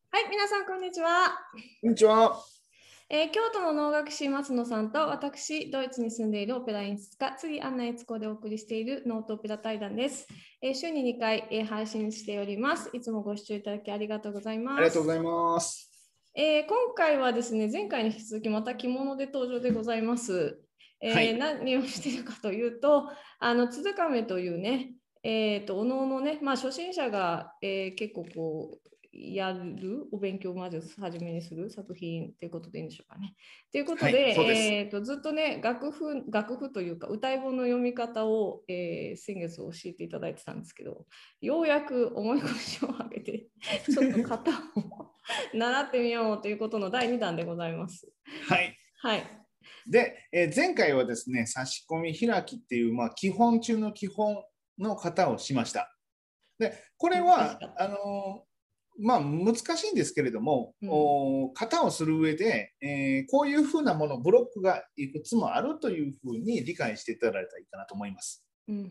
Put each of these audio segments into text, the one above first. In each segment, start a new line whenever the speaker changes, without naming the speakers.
はい、皆さん、こんにちは。
こんにちは。
京都の能楽師松野さんと私、ドイツに住んでいるオペラ演出家、杉アンナ悦子でお送りしているノートオペラ対談です。週に2回、配信しております。いつもご視聴いただきありがとうございます。
ありがとうございます。
今回はですね、前回に引き続きまた着物で登場でございます。
はい、
何をしているかというと、つ亀というね、おのおのね、初心者が、結構こう、やるお勉強をまず初めにする作品ということでいいんでしょうかね。ということ
はい、そうです。
で、ずっとね、楽譜というか歌い本の読み方を、先月教えていただいてたんですけど、ようやく思い腰を上げて、ちょっと型を習ってみようということの第2弾でございます。
はい。
はい。
で、前回はですね、差し込み開きっていう、基本中の基本の型をしました。で、これは、難しいんですけれども、型をする上で、こういうふうなもの、ブロックがいくつもあるというふうに理解していただいたらいいかなと思います。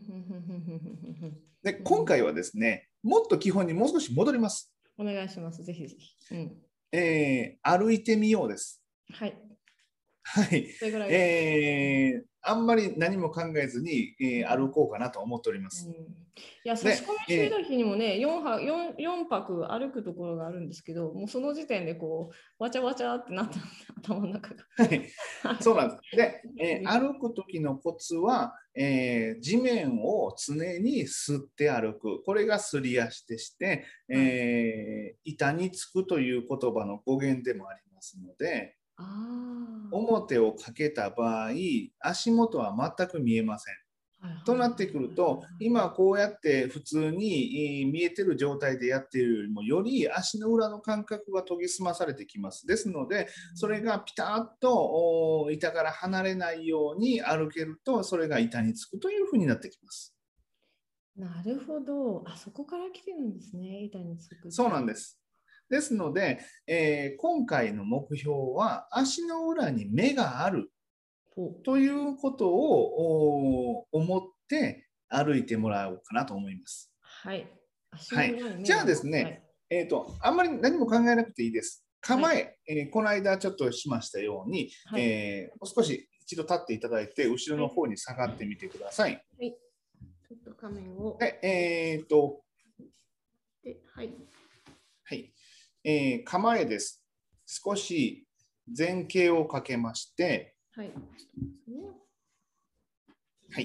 で、今回はですね、もっと基本にもう少し戻ります。
お願いします。ぜひぜひ。
歩いてみようです。
はい。
はい。あんまり何も考えずに、歩こうかなと思っております。
いや、差し込み開きにもね、4泊歩くところがあるんですけど、もうその時点でこう、わちゃわちゃってなった頭の中が。
はい。そうなんです。で、歩く時のコツは、地面を常に吸って歩く。これがすり足でして、板につくという言葉の語源でもありますので、表をかけた場合、足元は全く見えません。となってくると、今こうやって普通に見えてる状態でやっているよりも、より足の裏の感覚が研ぎ澄まされてきます。ですので、それがピタッと板から離れないように歩けると、それが板につくというふうになってきます。
なるほど。あそこから来てるんですね、板につく。
そうなんです。ですので、今回の目標は、足の裏に目があるということを思って歩いてもらおうかなと思います。
はい。
はい。じゃあですね、あんまり何も考えなくていいです。構え、この間ちょっとしましたように、もう少し一度立っていただいて、後ろの方に下がってみてください。
はい。ちょっと画面を。
で、
はい。
はい。構えです。少し前傾をかけまして、
はい。
はい。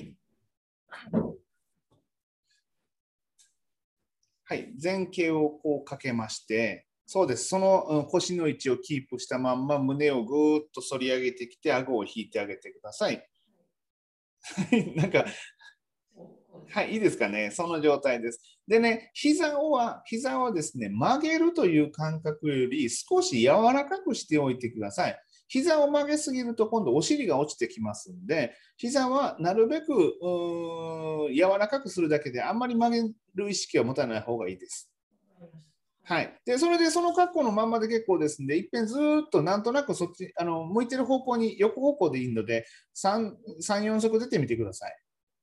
はい、前傾をこうかけまして、そうです、その腰の位置をキープしたまんま胸をぐーっと反り上げてきて、顎を引いてあげてください。なんか、はい、いいですかね、その状態です。でね、膝はですね、曲げるという感覚より少し柔らかくしておいてください。膝を曲げすぎると今度お尻が落ちてきますんで、膝はなるべく柔らかくするだけであんまり曲げる意識は持たない方がいいです。はい。で、それでその格好のまんまで結構ですんで、いっぺんずっとなんとなくそっち、向いてる方向に、横方向でいいので、3、4足出てみてください。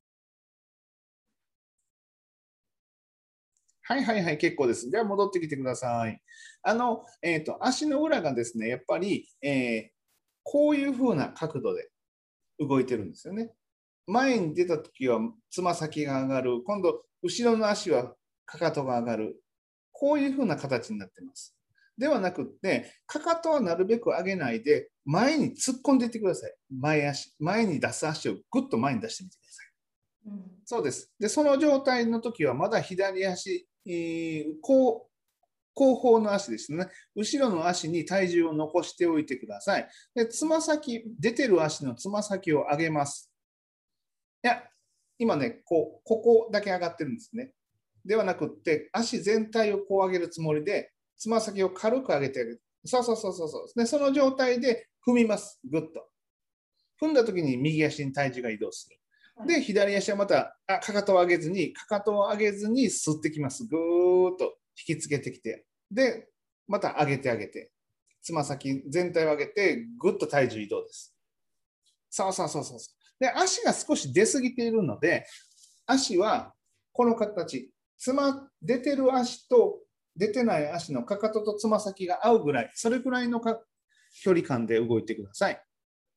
はいはいはい、結構です。では戻ってきてください。足の裏がですね、やっぱり、こういう風な角度で動いてるんですよね。前に出たときはつま先が上がる。今度、後ろの足はかかとが上がる。こういう風な形になっています。ではなくって、かかとはなるべく上げないで、前に突っ込んでいってください。前に出す足をぐっと前に出してみてください。そうです。で、その状態の時はまだ左足、後方の足ですね。後ろの足に体重を残しておいてください。で、つま先、出てる足のつま先を上げます。いや、今ね、ここだけ上がってるんですね。ではなくって、足全体をこう上げるつもりで、つま先を軽く上げてあげる。そうそうそうそうそう。で、その状態で踏みます。ぐっと。踏んだ時に右足に体重が移動する。で、左足はまた、かかとを上げずに吸ってきます。ぐーっと引きつけてきて。で、また上げてあげて。つま先全体を上げて、ぐっと体重移動です。そうそうそうそう。で、足が少し出過ぎているので、足はこの形。出てる足と出てない足のかかととつま先が合うぐらい、それぐらいの距離感で動いてください。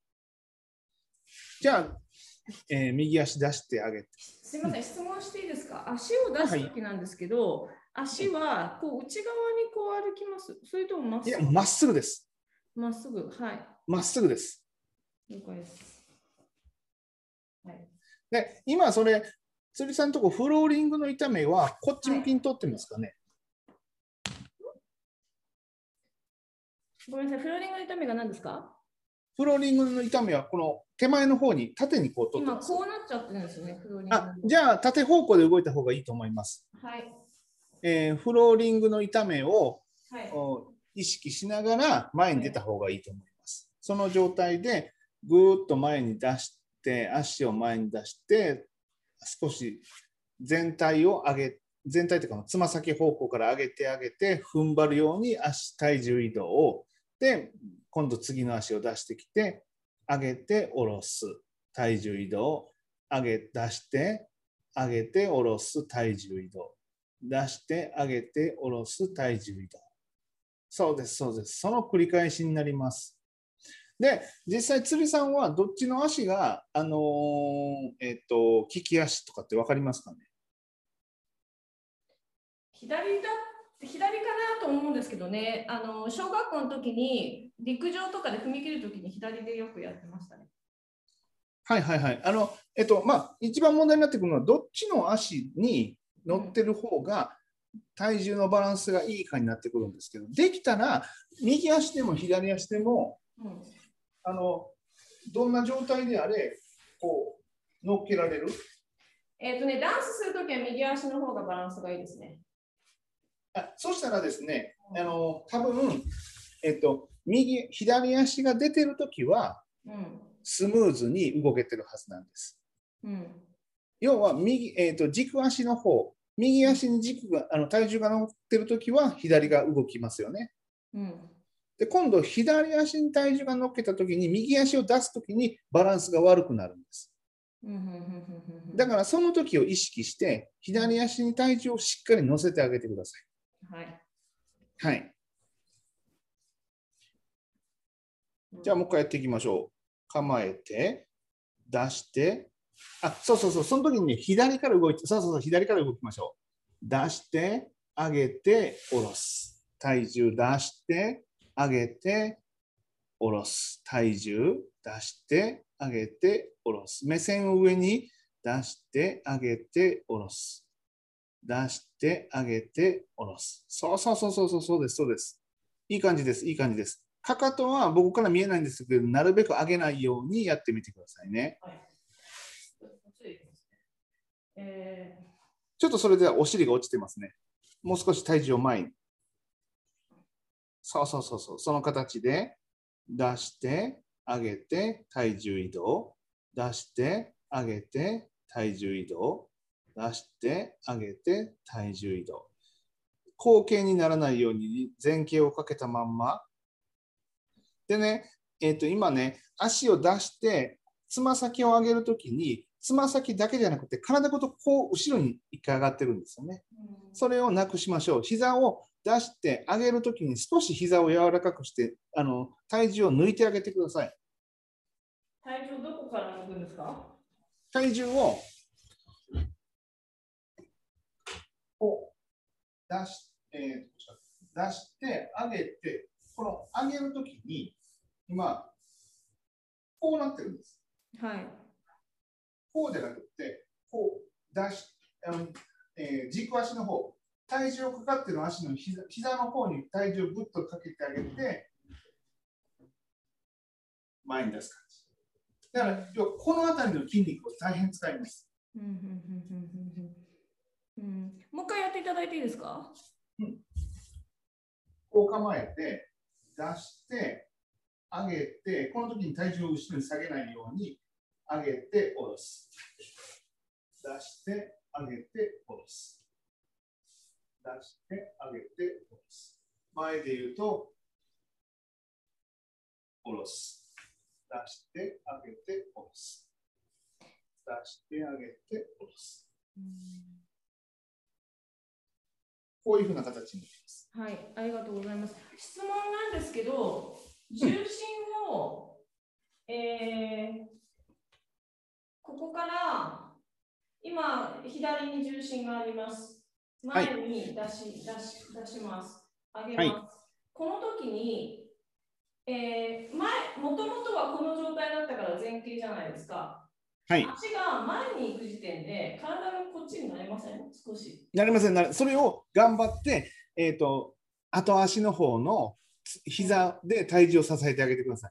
じゃあ、右足出してあげて。
すみません、質問していいですか？足を出すときなんですけど、足はこう内側にこう歩きます？それともまっ
いや、
すぐ？
まっすぐです。
まっすぐ、はい。
まっすぐです。
了解です。はい。
で、今それ、釣りさんのとこフローリングの痛みはこっち向きに取ってますかね？
ごめんなさい、フローリングの痛みが何ですか？
フローリングの痛みはこの手前の方に縦にこう取って
今
ます。
こうなっちゃってるんですよね、フローリングの。
じゃあ縦方向で動いた方がいいと思います。
はい。
フローリングの痛みを、
はい、
意識しながら前に出た方がいいと思います。その状態でぐーっと前に出して、足を前に出して、少し全体を上げ、全体というかつま先方向から上げてあげて、踏ん張るように体重移動を。で、今度次の足を出してきて、上げて下ろす。体重移動。上げ、出して、上げて下ろす体重移動。出して上げて下ろす体重移動。そうです、そうです。その繰り返しになります。で、実際、釣りさんはどっちの足が、利き足とかって分かりますかね？
左かなと思うんですけどね、小学校の時に陸上とかで踏み切る時に左でよくやってましたね。
はいはいはい。一番問題になってくるのは、どっちの足に乗ってる方が体重のバランスがいいかになってくるんですけど、できたら、右足でも左足でも、どんな状態であれ、こう、乗っけられる？
ダンスするときは右足の方がバランスがいいですね。
そしたらですね、多分、左足が出てるときは、スムーズに動けてるはずなんです。要は軸足の方、右足に体重が乗ってるときは左が動きますよね。で、今度、左足に体重が乗っけたときに、右足を出すときにバランスが悪くなるんです。だから、その時を意識して、左足に体重をしっかり乗せてあげてください。はい。はい。じゃあ、もう一回やっていきましょう。構えて、出して、そう、その時にね、左から動いて、左から動きましょう。出して、上げて、下ろす。体重出して、上げて、下ろす。体重出して、上げて、下ろす。目線を上に出して、上げて、下ろす。出して、上げて、下ろす。そうです、そうです。いい感じです、いい感じです。かかとは僕から見えないんですけど、なるべく上げないようにやってみてくださいね。ちょっとそれではお尻が落ちてますね。もう少し体重を前に。そう、その形で出して、上げて、体重移動。出して、上げて、体重移動。出して、上げて、体重移動。後傾にならないように前傾をかけたまんま。でね、今ね、足を出して、つま先を上げるときに、つま先だけじゃなくて、体ごとこう後ろに一回上がってるんですよね。それをなくしましょう。膝を出して上げるときに少し膝を柔らかくして、体重を抜いてあげてください。
体重どこから抜くんですか？
体重をこう出して上げて、この上げるときに、今、こうなってるんです。
はい。
こうじゃなくて、こう出し、軸足の方、体重かかってる足の膝の方に体重をぐっとかけてあげて、前に出す感じ。だから、この辺りの筋肉を大変使います。
もう一回やっていただいていいですか？
こう構えて、出して、上げて、この時に体重を後ろに下げないように、上げて、下ろす。出して、上げて、下ろす。出して、上げて、下ろす。前で言うと、下ろす。出して、上げて、下ろす。出して、上げて、下ろす。 こういうふうな形になります。
はい、ありがとうございます。質問なんですけど、重心を、ここから今、左に重心があります。前に出します。上げます。この時に、もともとはこの状態だったから前傾じゃないですか。
はい、
足が前に行く時点で体がこっちになりません？少し。
なりません。それを頑張って、後足の方の膝で体重を支えてあげてください。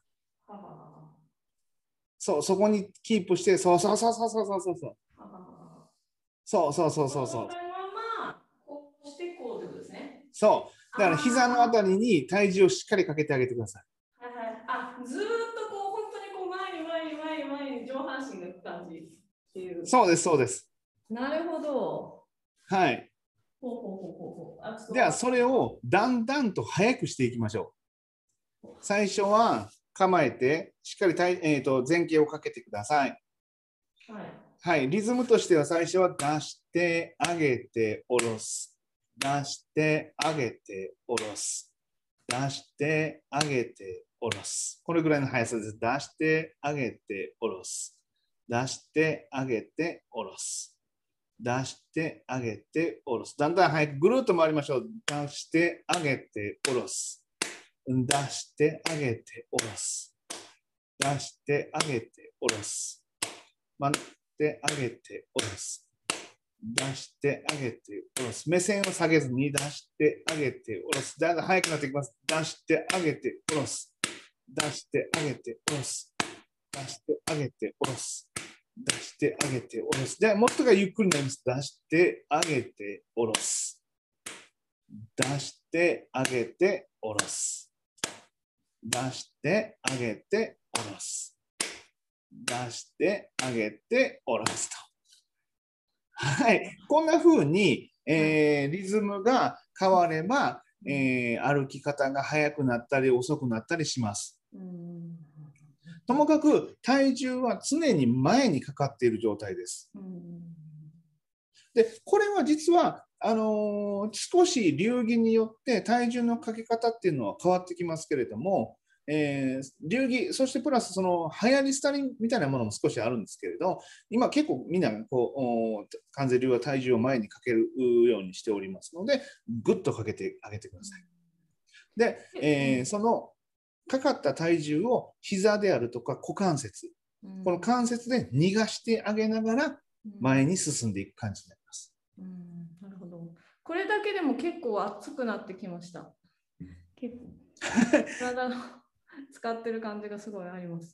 そう、そこにキープして、そうそうそうそうそうそうそう。そうそうそうそうそう。
このままこうしてこうってことですね。
そう。だから膝のあたりに体重をしっかりかけてあげてください。
はいはい。あ、ずーっとこう本当にこう前に上半身がいく感じっていう。
そうですそうです。
なるほど。
はい。ではそれをだんだんと速くしていきましょう。最初は構えてしっかり前傾をかけてください。はい。はい、リズムとしては最初は出して上げて下ろす。出して上げて下ろす。出して上げて下ろす。これぐらいの速さです。出して上げて下ろす。出して上げて下ろす。出して上げて下ろす。だんだん速くぐるっと回りましょう。出して上げて下ろす。出して上げて下ろす。出して上げて下ろす。待って上げて下ろす。出して上げて下ろす。目線を下げずに出して上げて下ろす。だんだん速くなっていきます。出して上げて下ろす。出して上げて下ろす。出して上げて下ろす。出して上げて下ろす。で、もっとがゆっくりになります。出して上げて下ろす。出して上げて下ろす。出して上げて下ろす。出して上げて下ろすと。はい、こんな風に、リズムが変われば、歩き方が速くなったり遅くなったりします。ともかく体重は常に前にかかっている状態です。で、これは実は少し流儀によって体重のかけ方っていうのは変わってきますけれども、流儀、そしてプラスその流行り廃りみたいなものも少しあるんですけれど、今結構みんなこう関税流は体重を前にかけるようにしておりますので、ぐっとかけてあげてください。で、そのかかった体重を膝であるとか股関節、この関節で逃がしてあげながら前に進んでいく感じになります。
なるほど。これだけでも結構熱くなってきました。結構体の使ってる感じがすごいあります。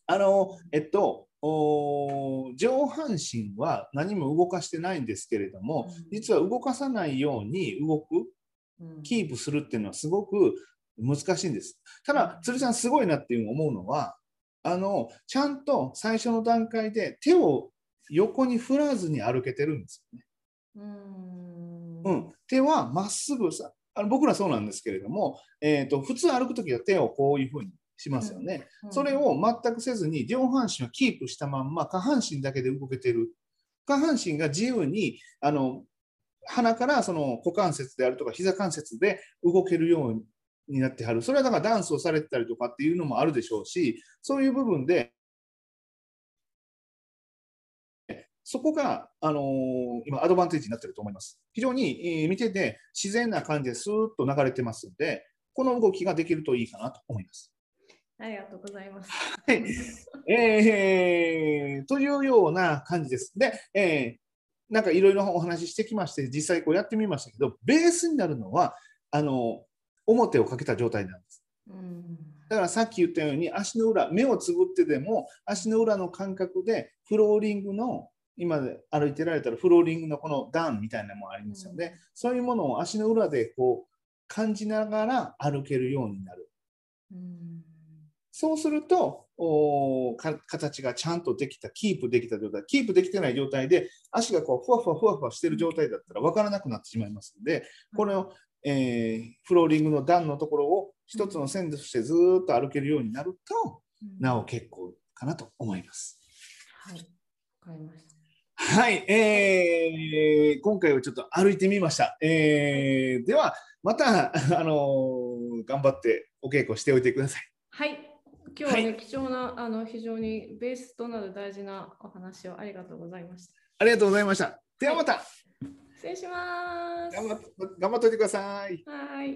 上半身は何も動かしてないんですけれども、実は動かさないように動く、キープするっていうのはすごく難しいんです。ただ、鶴さんすごいなっていう思うのは、ちゃんと最初の段階で手を横に振らずに歩けてるんですよね。手はまっすぐさ、僕らそうなんですけれども、普通歩くときは手をこういうふうにしますよね。それを全くせずに上半身はキープしたまんま下半身だけで動けてる。下半身が自由に鼻からその股関節であるとか膝関節で動けるようになってはる。それはだからダンスをされてたりとかっていうのもあるでしょうし、そういう部分でそこが、今、アドバンテージになっていると思います。非常に、見てて自然な感じでスーッと流れてますので、この動きができるといいかなと思います。
ありがとうございます。
はい。というような感じです。で、なんかいろいろお話ししてきまして、実際こうやってみましたけど、ベースになるのは、表をかけた状態なんです。だからさっき言ったように、足の裏、目をつぶってでも、足の裏の感覚でフローリングの今歩いてられたらフローリングのこの段みたいなのもありますよね。そういうものを足の裏でこう感じながら歩けるようになる。そうすると形がちゃんとできた、キープできた状態、キープできてない状態で足がこうふわふわふわふわしてる状態だったら分からなくなってしまいますので、これを、フローリングの段のところを一つの線としてずっと歩けるようになると、なお結構かなと思います。
はい、わかりました。
はい、今回はちょっと歩いてみました。では、また、頑張ってお稽古しておいてください。
はい。今日はね、
はい、
貴重な非常にベースとなる大事なお話をありがとうございました。
ありがとうございました。で
はい。
はまた、
失礼します。
頑張っておいてください。
はい。